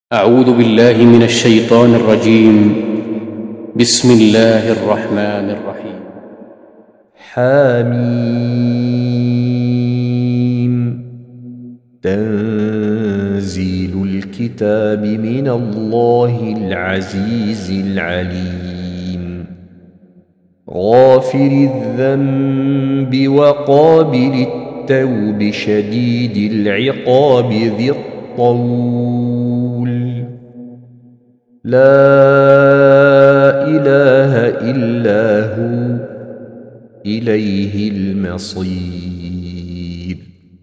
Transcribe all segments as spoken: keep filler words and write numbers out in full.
أعوذ بالله من الشيطان الرجيم. بسم الله الرحمن الرحيم. حميم. تنزيل الكتاب من الله العزيز العليم، غافر الذنب وقابل التوب شديد العقاب ذي الطول، لا إله إلا هو إليه المصير.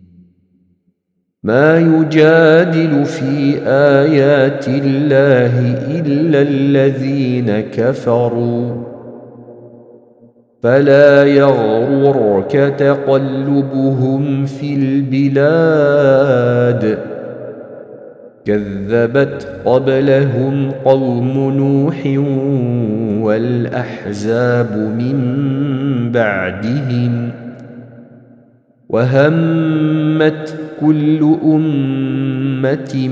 ما يجادل في آيات الله إلا الذين كفروا، فلا يغررك تقلبهم في البلاد. كذبت قبلهم قوم نوح والأحزاب من بعدهم، وهمت كل أمة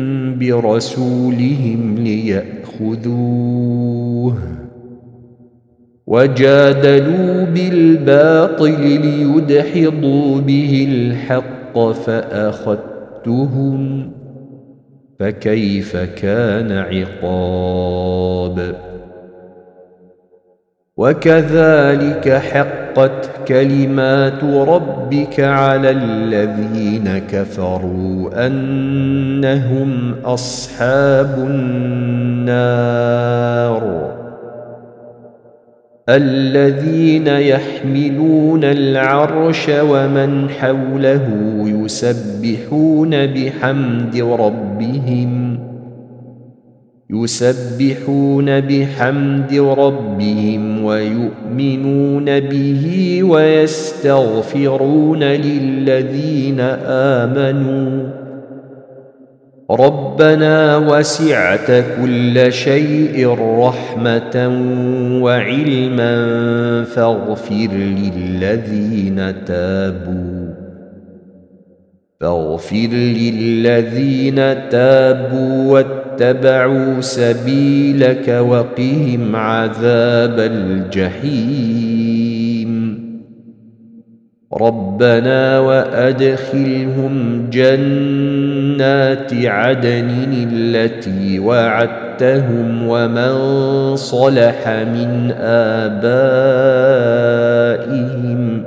برسولهم ليأخذوه، وجادلوا بالباطل ليدحضوا به الحق فأخذتهم، فكيف كان عقاب. وكذلك حقت كلمات ربك على الذين كفروا أنهم أصحاب النار، الذين يحملون العرش ومن حوله يسبحون بحمد ربهم يسبحون بحمد ربهم ويؤمنون به ويستغفرون للذين آمنوا ربنا وسعت كل شيء رحمة وعلما فاغفر للذين تابوا فاغفر للذين تابوا واتبعوا سبيلك وقهم عذاب الجحيم. ربنا وأدخلهم جنات عدن التي وعدتهم ومن صلح من آبائهم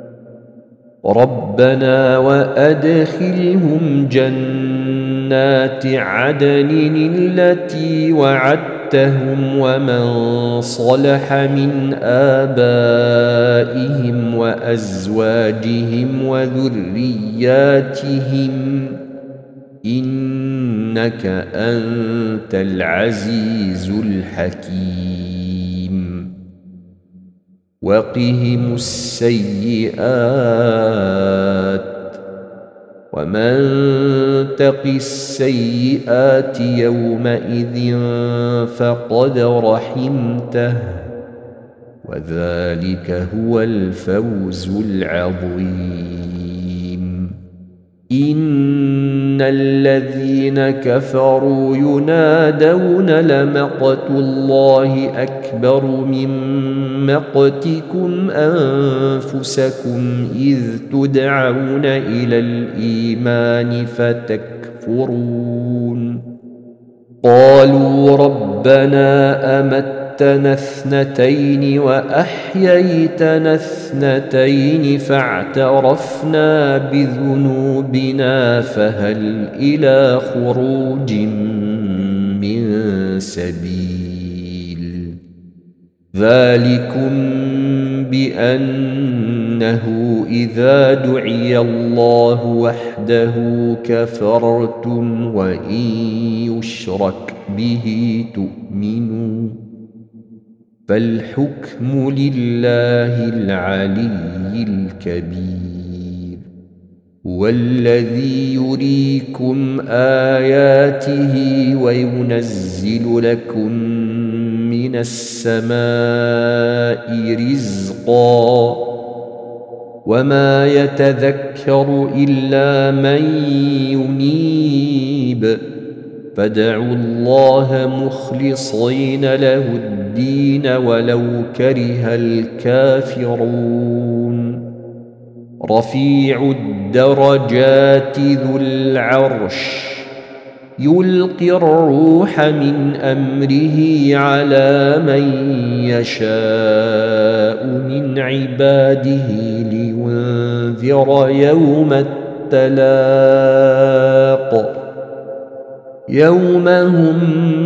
ربنا وأدخلهم جنات عدن التي وعدتهم ومن صلح من آبائهم وأزواجهم وذرياتهم إنك أنت العزيز الحكيم. وقهم السيئات ومن تق السيئات يومئذ فقد رحمته، وذلك هو الفوز العظيم. إن الذين كفروا ينادون لمقت الله أكبر من مقتكم أنفسكم إذ تدعون إلى الإيمان فتكفرون. قالوا ربنا أمتنا اثنتين وأحييتنا اثنتين فاعترفنا بذنوبنا فهل إلى خروج من سبيل. ذلكم بأنه إذا دعي الله وحده كفرتم وإن يشرك به تؤمنوا، فالحكم لله العلي الكبير. هو الذي يريكم آياته وينزل لكم من السماء رزقا وما يتذكر إلا من ينيب فادعوا الله مخلصين له الدين ولو كره الكافرون رفيع الدرجات ذو العرش يلقي الروح من أمره على من يشاء من عباده لينذر يوم التلاق يوم هم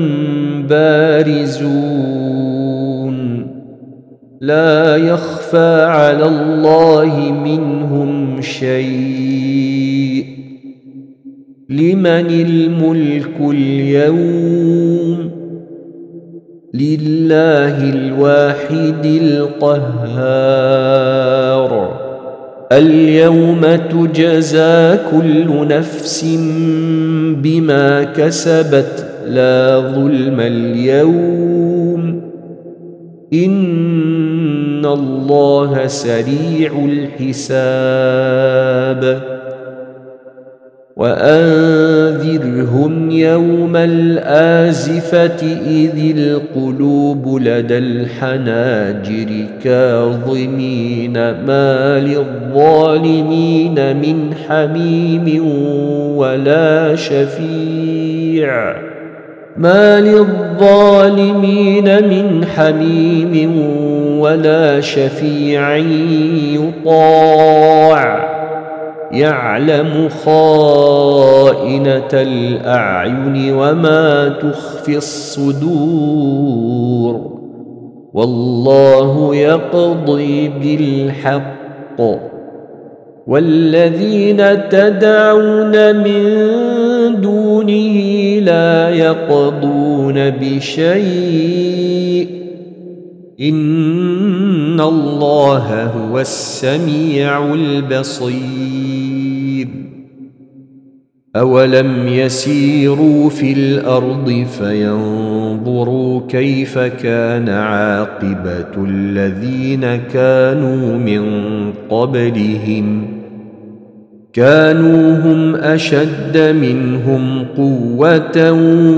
بارزون لا يخفى على الله منهم شيء لمن الملك اليوم لله الواحد القهار اليوم تجزى كل نفس بما كسبت لا ظلم اليوم إن الله سريع الحساب وأنذرهم يوم الآزفة إذ القلوب لدى الحناجر كاظمين ما للظالمين من حميم ولا شفيع ما للظالمين من حميم ولا شفيع يطاع يعلم خائنة الأعين وما تخفي الصدور والله يقضي بالحق والذين تدعون من دونه لا يقضون بشيء إن الله هو السميع البصير أولم يسيروا في الأرض فينظروا كيف كان عاقبة الذين كانوا من قبلهم كانوا هم أشد منهم قوة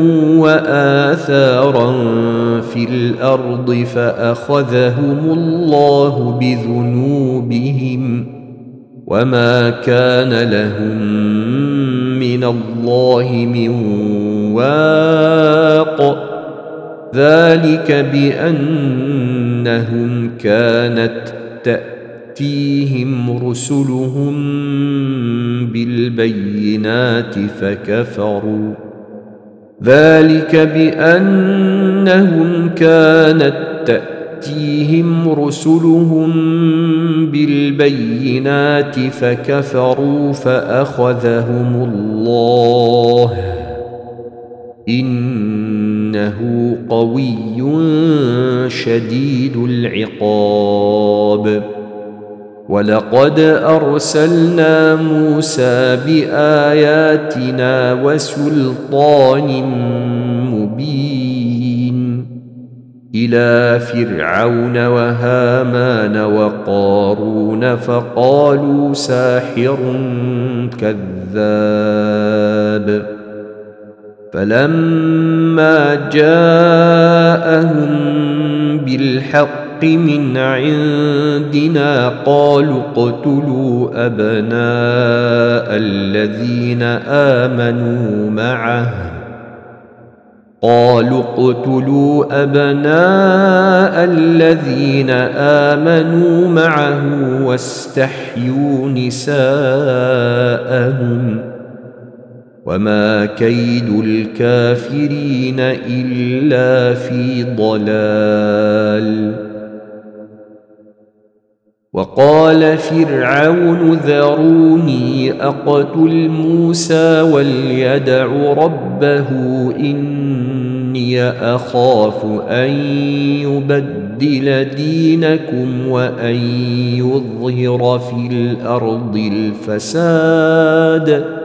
وآثارا في الأرض فأخذهم الله بذنوبهم وما كان لهم من الله من واق ذلك بأنهم كانت تأتيهم رسلهم بالبينات فكفروا ذلك بأنهم كانت تأتيهم رسلهم بالبينات فكفروا فأخذهم الله إنه قوي شديد العقاب ولقد أرسلنا موسى بآياتنا وسلطان مبين إلى فرعون وهامان وقارون فقالوا ساحر كذاب فلما جاءهم بالحق من عندنا قالوا اقتلوا أبناء الذين آمنوا معه قالوا اقتلوا أبناء الذين آمنوا معه واستحيوا نساءهم وما كيد الكافرين إلا في ضلال وقال فرعون ذروني أقتل موسى وليدع ربه إني أخاف أن يبدل دينكم وأن يظهر في الأرض الفساد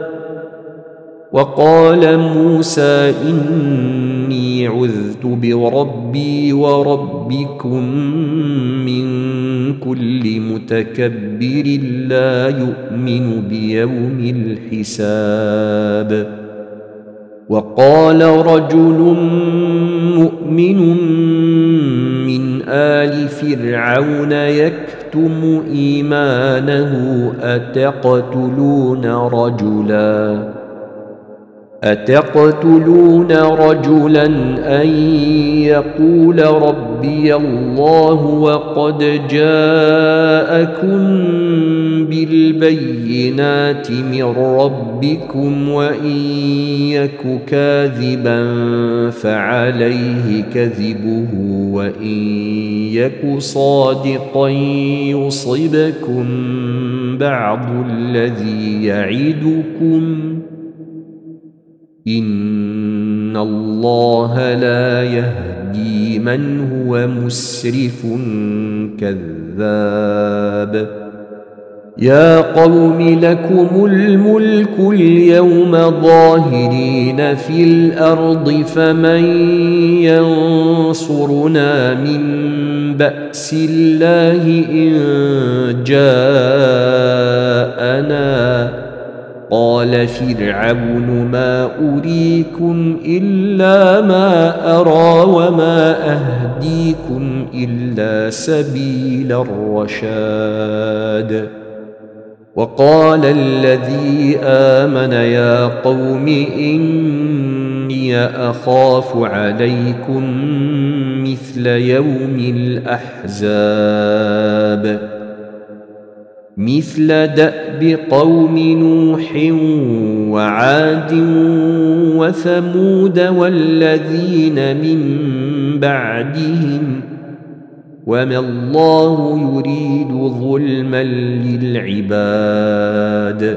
وقال موسى إني عذت بربي وربكم من كل متكبر لا يؤمن بيوم الحساب وقال رجل مؤمن من آل فرعون يكتم إيمانه أتقتلون رجلا أتقتلون رجلا أن يقول ربي الله وقد جاءكم بالبينات من ربكم وإن يك كاذبا فعليه كذبه وإن يك صادقا يصبكم بعض الذي يعدكم إن الله لا يهدي من هو مسرف كذاب يا قوم لكم الملك اليوم ظاهرين في الأرض فمن ينصرنا من بأس الله إن جاءنا قال فرعون ما أريكم إلا ما أرى وما أهديكم إلا سبيل الرشاد وقال الذي آمن يا قوم إني أخاف عليكم مثل يوم الأحزاب مثل دأب قوم نوح وعاد وثمود والذين من بعدهم وما الله يريد ظلما للعباد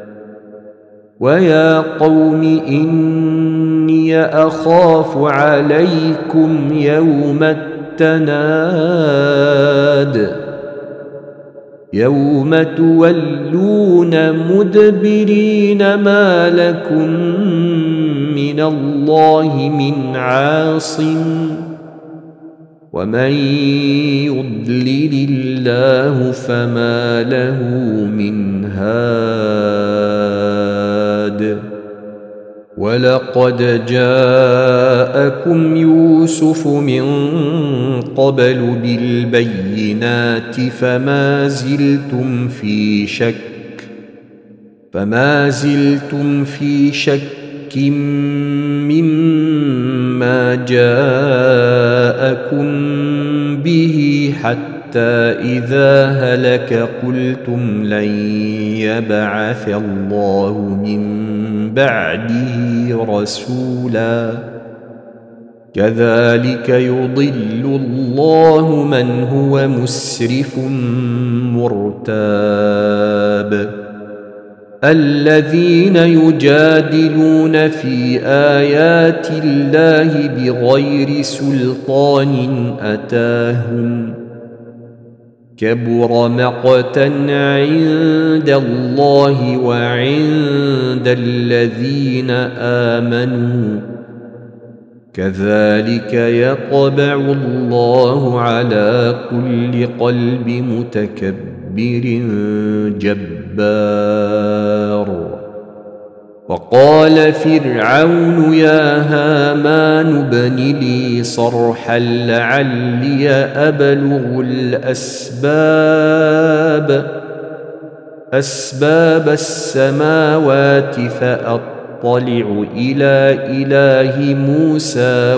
ويا قوم إني أخاف عليكم يوم التناد يوم تولون مدبرين ما لكم من الله من عاصم ومن يضلل الله فما له من هاد ولقد جاءكم يوسف من قبل بالبينات فما زلتم في شك فما زلتم في شك مما جاءكم به حتى إذا هلك قلتم لن يبعث الله من بعده رسولا كذلك يضل الله من هو مسرف مرتاب الذين يجادلون في آيات الله بغير سلطان أتاهم كبر مقتا عند الله وعند الذين آمنوا كذلك يطبع الله على كل قلب متكبر جبار وقال فرعون يا هامان ابن لي صرحا لعلي أبلغ الأسباب أسباب السماوات فأطلع إلى إله موسى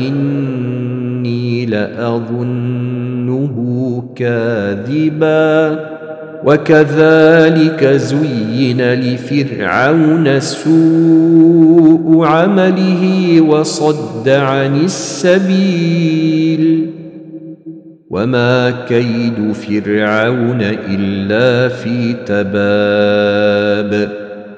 وإني لأظنه كاذبا وكذلك زين لفرعون سوء عمله وصد عن السبيل وما كيد فرعون إلا في تباب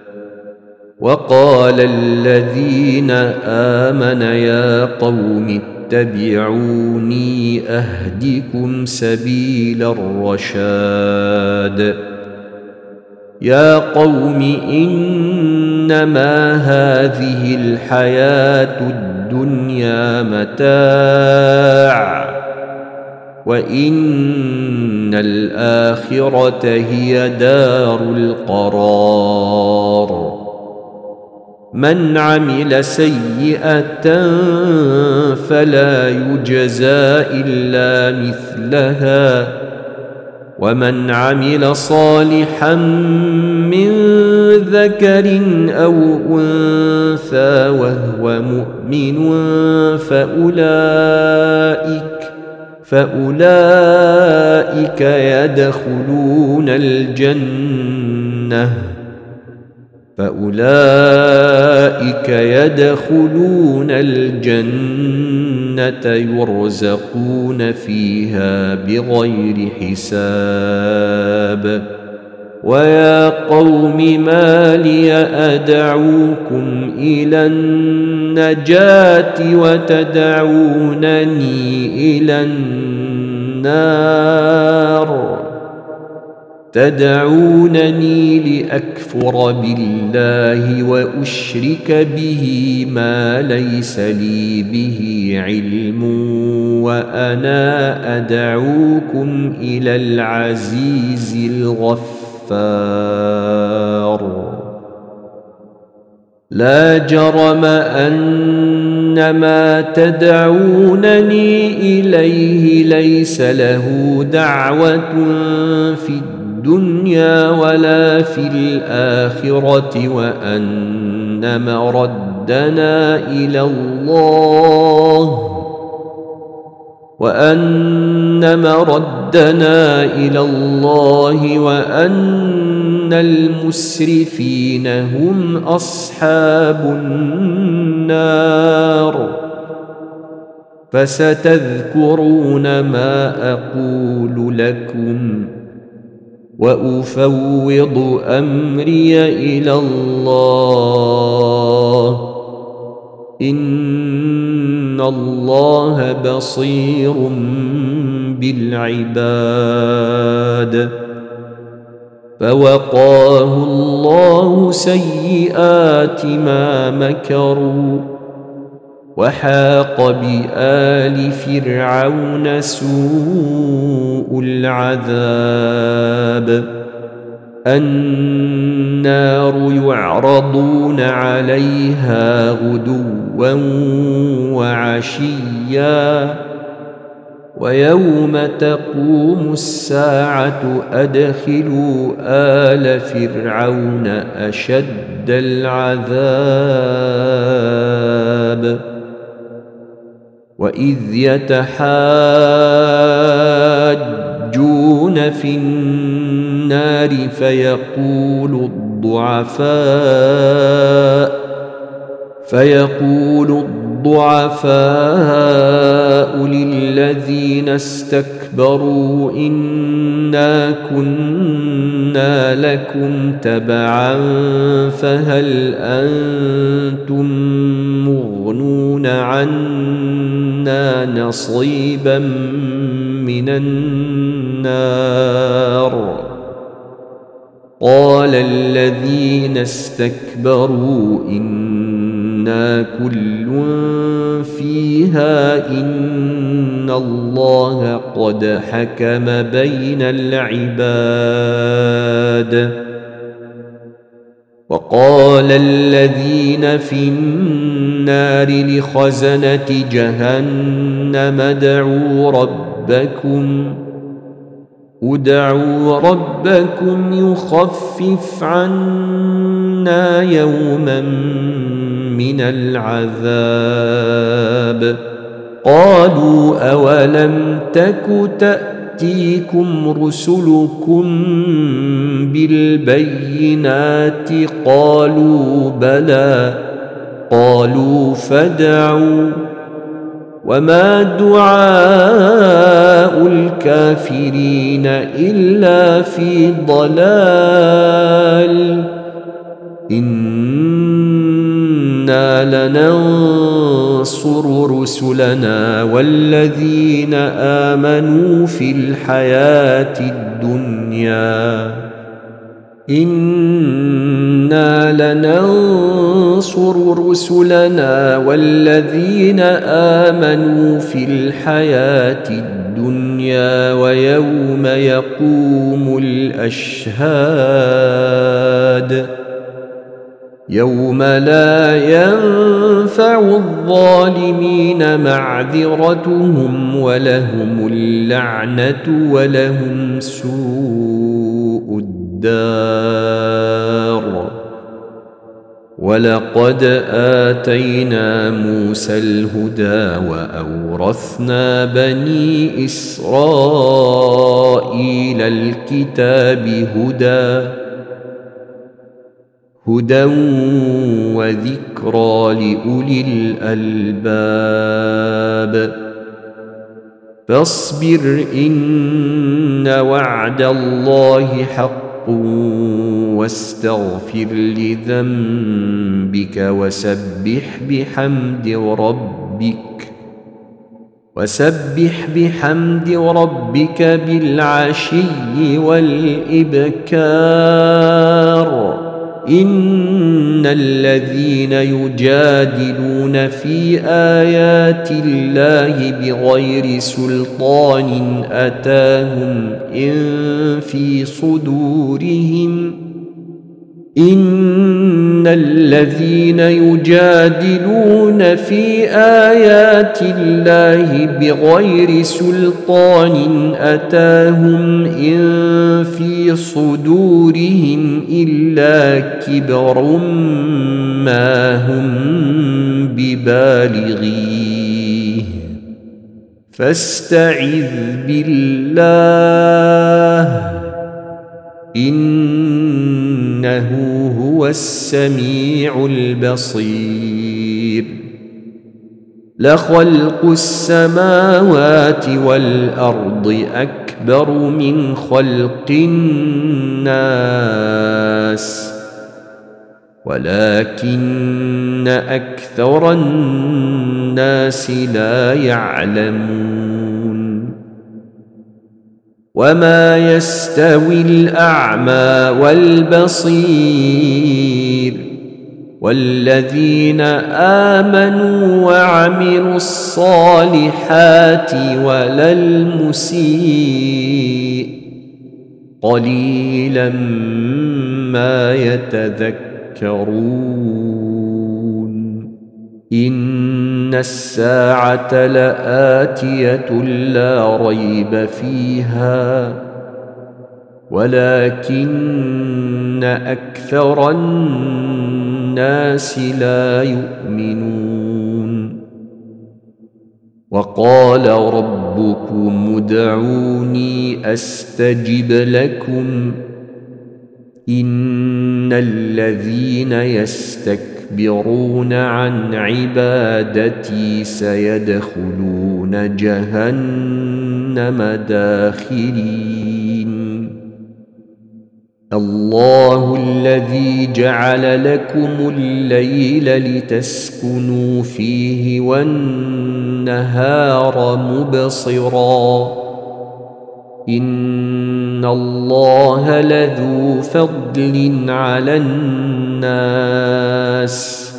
وقال الذين آمنوا يا قوم اتبعوني أهدكم سبيل الرشاد يا قوم إنما هذه الحياة الدنيا متاع وإن الآخرة هي دار القرار من عمل سيئة فلا يجزى إلا مثلها ومن عمل صالحا من ذكر أو أنثى وهو مؤمن فأولئك فأولئك يدخلون الجنة فأولئك يدخلون الجنة يرزقون فيها بغير حساب ويا قوم ما لي أدعوكم إلى النجاة وتدعونني إلى النار تدعونني لأكفر بالله وأشرك به ما ليس لي به علم وأنا أدعوكم إلى العزيز الغفار لا جرم أن ما تدعونني إليه ليس له دعوة في الدنيا ولا في الآخرة وأن مردنا إلى الله وأن مردنا إلى الله وأن المسرفين هم أصحاب النار فستذكرون ما أقول لكم وأفوض أمري إلى الله إن الله بصير بالعباد فوقاه الله سيئات ما مكروا وحاق بآل فرعون سوء العذاب النار يعرضون عليها غدوا وعشيا ويوم تقوم الساعة أدخلوا آل فرعون أشد العذاب وإذ يتحاجون في النار فيقول الضعفاء فيقول الضعفاء للذين استكبروا إنا كنا لكم تبعا فهل أنتم مغنون عنا نصيبا من النار قال الذين استكبروا إنا كل فيها إن الله قد حكم بين العباد وقال الذين في النار لخزنة جهنم ادعوا ربكم ادعوا ربكم يخفف عنا يوما من العذاب قالوا أولم تك تأتيكم رسلكم بالبينات قالوا بلى قالوا فادعوا وما دعاء الكافرين إلا في ضلال إنا لننصر رسلنا والذين آمنوا في الحياة الدنيا إنا لننصر رسلنا والذين آمنوا في الحياة الدنيا ويوم يقوم الأشهاد يوم لا ينفع الظالمين معذرتهم ولهم اللعنة ولهم سوء الدار. ولقد آتينا موسى الهدى وأورثنا بني إسرائيل الكتاب هدى هدى وذكرى لأولي الألباب. فاصبر إن وعد الله حق واستغفر لذنبك وسبح بحمد ربك وسبح بحمد ربك بالعشي والإبكار. إن الذين يجادلون في آيات الله بغير سلطان أتاهم إن في صدورهم إن الذين يجادلون في آيات الله بغير سلطان أتاهم إن في صدورهم إلا كبر ما هم ببالغيه فاستعذ بالله إنه هو السميع البصير. لخلق السماوات والأرض أكبر من خلق الناس ولكن أكثر الناس لا يعلمون. وما يستوي الأعمى والبصير والذين آمنوا وعملوا الصالحات ولا المسيء قليلا ما يتذكرون. إن الساعة لآتية لا ريب فيها ولكن أكثر الناس لا يؤمنون. وقال ربكم ادعوني أستجب لكم إن الذين يستكبرون عن عبادتي سيدخلون جهنم داخرين. الله الذي جعل لكم الليل لتسكنوا فيه والنهار مبصرا إن الله لذو فضل على الناس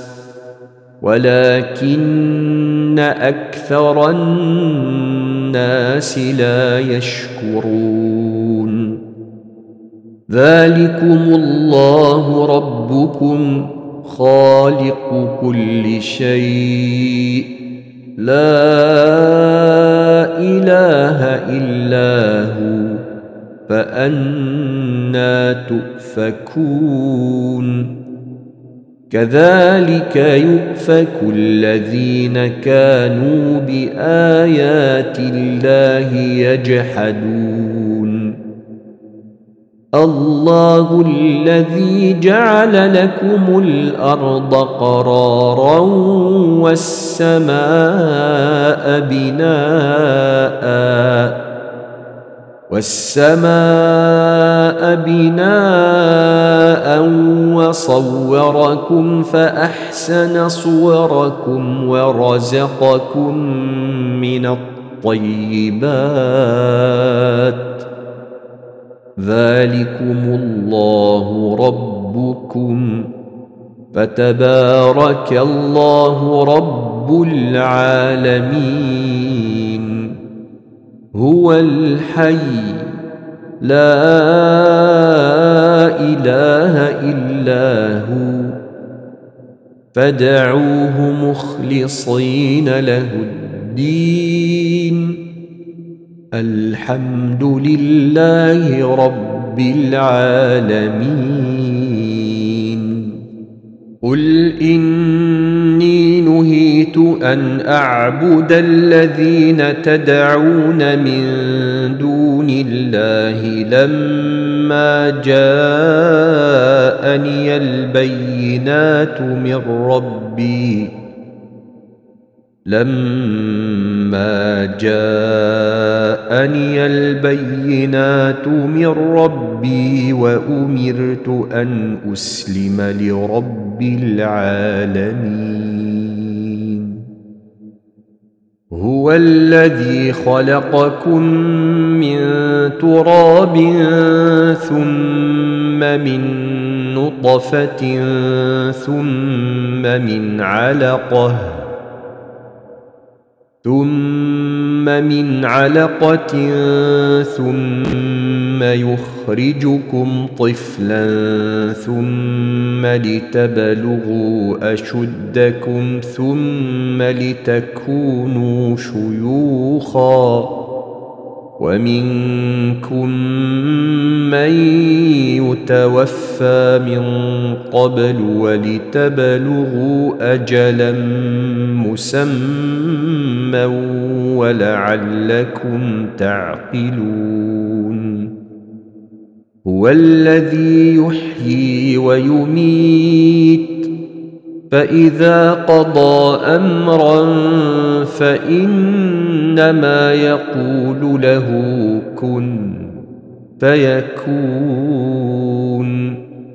ولكن أكثر الناس لا يشكرون. ذلكم الله ربكم خالق كل شيء لا إله إلا هو فأنى تؤفكون. كذلك يؤفك الذين كانوا بآيات الله يجحدون. الله الذي جعل لكم الأرض قرارا والسماء بناء والسماء بناء وصوركم فأحسن صوركم ورزقكم من الطيبات. ذلكم الله ربكم فتبارك الله رب العالمين. هو الحي لا إله إلا هو فادعوه مخلصين له الدين الحمد لله رب العالمين. قل إني نهيت أن أعبد الذين تدعون من دون الله لما جاءني البينات من ربي لما جاءني البينات من ربي وأمرت أن أسلم لرب العالمين. هو الذي خلقكم من تراب ثم من نطفة ثم من علقة ثم من علقة ثم يخرجكم طفلا ثم لتبلغوا أشدكم ثم لتكونوا شيوخا ومنكم من يتوفى من قبل ولتبلغوا أجلا مسمى ولعلكم تعقلون. هو الذي يحيي ويميت فإذا قضى أمرا فإنما يقول له كن فيكون.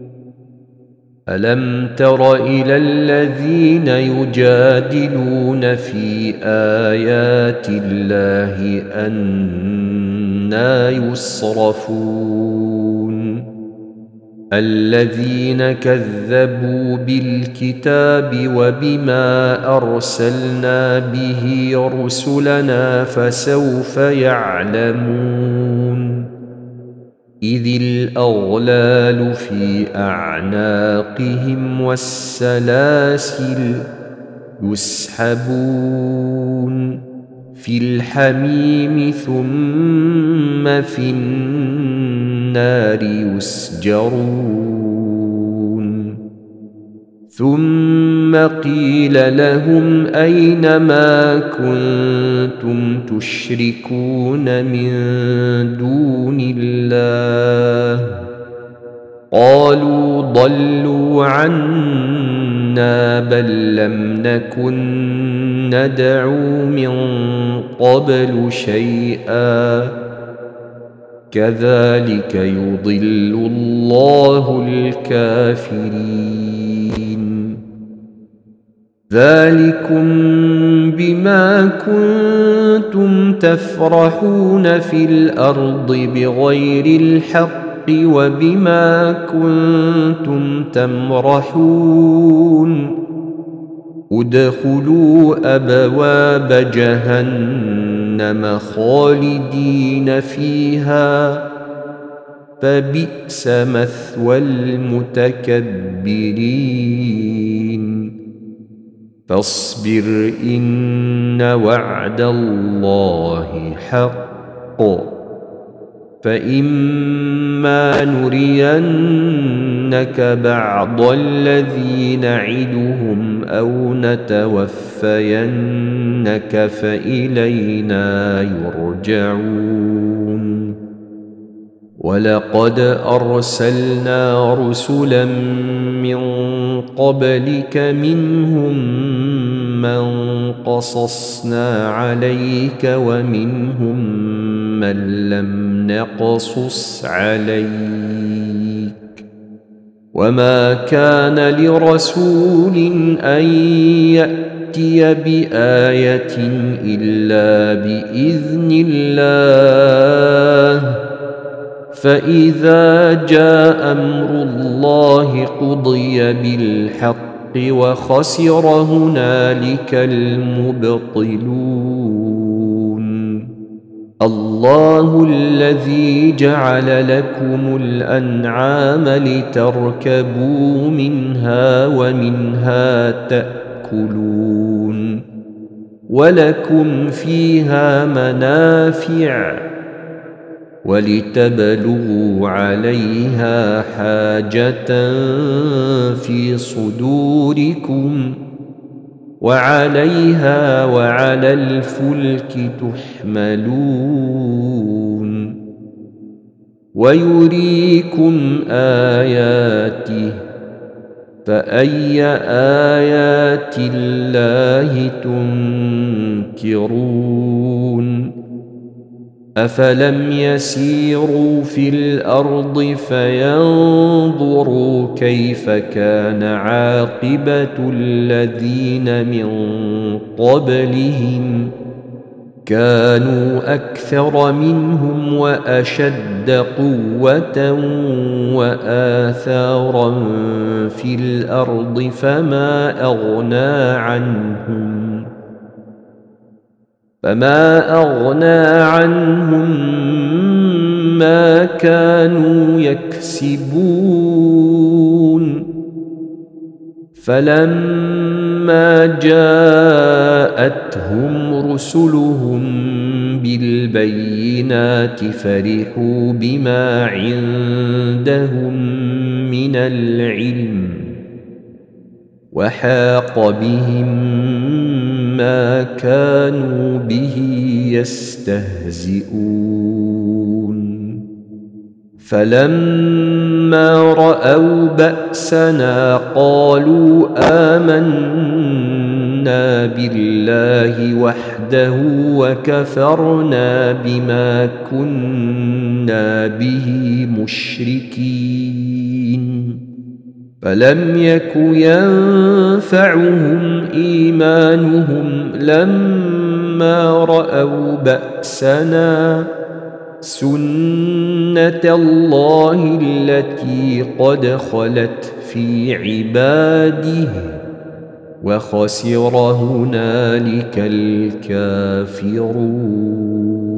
ألم تر إلى الذين يجادلون في آيات الله أنى يصرفون الذين كذبوا بالكتاب وبما أرسلنا به رسلنا فسوف يعلمون إذ الأغلال في أعناقهم والسلاسل يسحبون في الحميم ثم في النار يسجرون. ثم قيل لهم أين ما كنتم تشركون من دون الله قالوا ضلوا عنا بل لم نكن ندعو من قبل شيئا كذلك يضل الله الكافرين. ذلكم بما كنتم تفرحون في الأرض بغير الحق وبما كنتم تمرحون ادخلوا أبواب جهنم خالدين فيها فبئس مثوى المتكبرين. فاصبر إن وعد الله حق فإما نرينك بعض الذي نعدهم أو نتوفينك فإلينا يرجعون. ولقد أرسلنا رسلا من قبلك منهم من قصصنا عليك ومنهم من لم نقصص عليك وما كان لرسول أن يأتي بآية إلا بإذن الله فإذا جاء أمر الله قضي بالحق وخسر هنالك المبطلون. الله الذي جعل لكم الأنعام لتركبوا منها ومنها تأكلون ولكم فيها منافع ولتبلغوا عليها حاجة في صدوركم وعليها وعلى الفلك تحملون ويريكم آياته فأي آيات الله تنكرون أفلم يسيروا في الأرض فينظروا كيف كان عاقبة الذين من قبلهم كانوا أكثر منهم وأشد قوة وآثارا في الأرض فما أغنى عنهم فما أغنى عنهم ما كانوا يكسبون فلما جاءتهم رسلهم بالبينات فرحوا بما عندهم من العلم وحاق بهم ما كانوا به يستهزئون فلما رأوا بأسنا قالوا آمنا بالله وحده وكفرنا بما كنا به مشركين فلم يك ينفعهم إيمانهم لما رأوا بأسنا سنة الله التي قد خلت في عباده وخسر هنالك الكافرون.